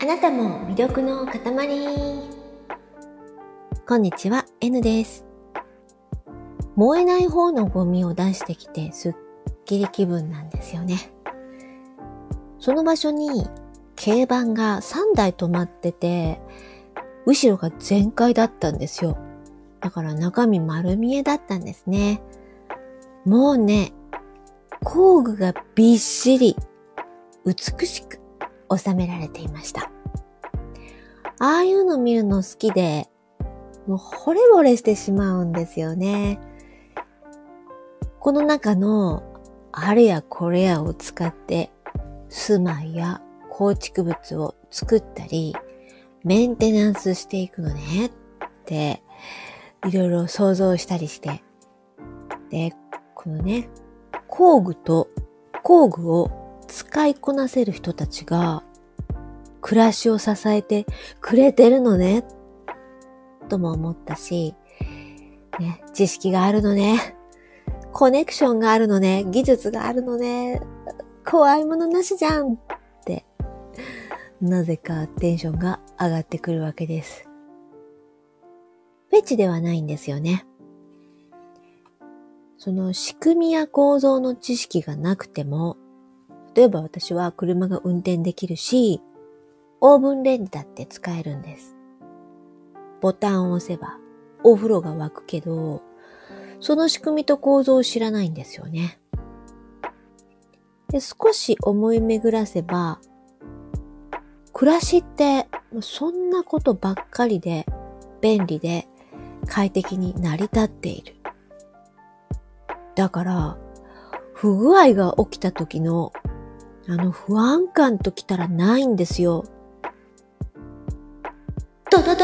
あなたも魅力の塊。こんにちは、N です。燃えない方のゴミを出してきてすっきり気分なんですよね。その場所に軽バンが3台止まってて、後ろが全開だったんですよ。だから中身丸見えだったんですね。もうね、工具がびっしり美しく収められていました。ああいうの見るの好きで、もう惚れ惚れしてしまうんですよね。この中のあれやこれやを使って住まいや構築物を作ったりメンテナンスしていくのねっていろいろ想像したりして、で、このね、工具を使いこなせる人たちが暮らしを支えてくれてるのねとも思ったし、ね、知識があるのね、コネクションがあるのね、技術があるのね、怖いものなしじゃんって、なぜかテンションが上がってくるわけです。フェチではないんですよね。その仕組みや構造の知識がなくても、例えば私は車が運転できるし、オーブンレンジだって使えるんです。ボタンを押せばお風呂が沸くけど、その仕組みと構造を知らないんですよね。で、少し思い巡らせば、暮らしってそんなことばっかりで便利で快適に成り立っている。だから、不具合が起きた時の不安感ときたらないんですよ。どうなっ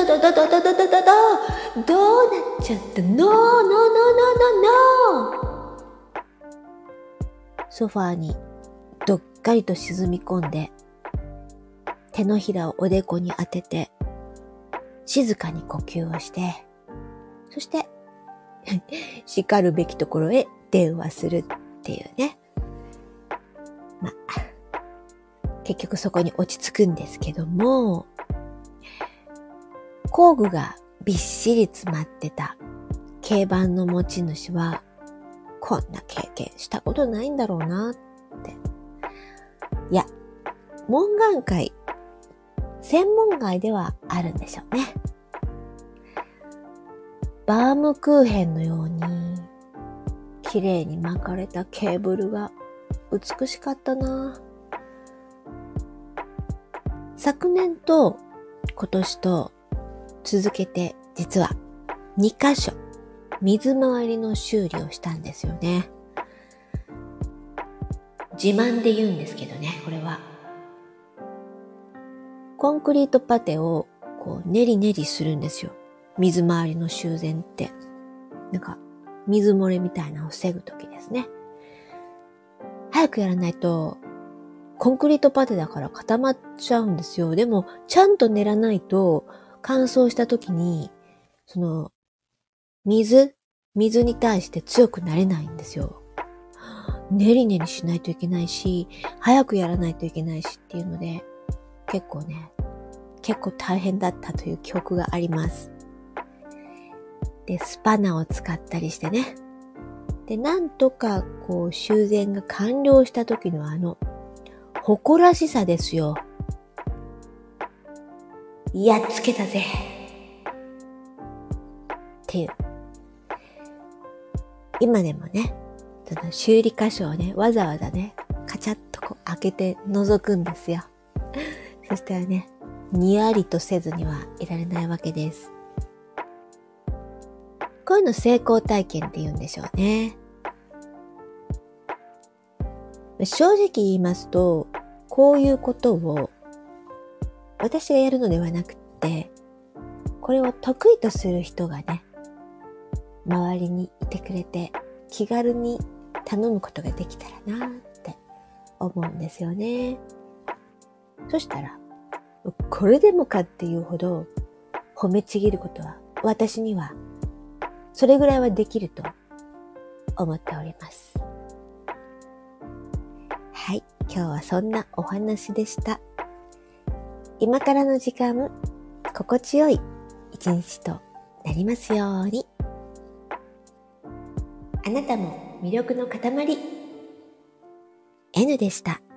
ちゃったの？ノーノーノーノーノーノー。ソファーにどっかりと沈み込んで、手のひらをおでこに当てて、静かに呼吸をして、そして叱るべきところへ電話するっていうね。結局そこに落ち着くんですけども、工具がびっしり詰まってた軽バンの持ち主は、こんな経験したことないんだろうなって。いや、専門外ではあるんでしょうね。バームクーヘンのように、綺麗に巻かれたケーブルが美しかったな。昨年と今年と続けて実は2カ所水回りの修理をしたんですよね。自慢で言うんですけどね、これは。コンクリートパテをこう練り練りするんですよ。水回りの修繕って。なんか水漏れみたいなのを防ぐときですね。早くやらないとコンクリートパテだから固まっちゃうんですよ。でもちゃんと練らないと乾燥したときにその水に対して強くなれないんですよ。練り練りしないといけないし、早くやらないといけないしっていうので、結構大変だったという記憶があります。で、スパナを使ったりしてね。で、なんとかこう修繕が完了した時の誇らしさですよ。やっつけたぜっていう。今でもね、その修理箇所をね、わざわざね、カチャッとこう開けて覗くんですよ。そしたらね、にやりとせずにはいられないわけです。こういうの成功体験って言うんでしょうね。正直言いますと、こういうことを私がやるのではなくって、これを得意とする人がね、周りにいてくれて気軽に頼むことができたらなって思うんですよね。そしたら、これでもかっていうほど褒めちぎることは私にはそれぐらいはできると思っております。はい、今日はそんなお話でした。 今からの時間、心地よい一日となりますように。あなたも魅力の塊。N でした。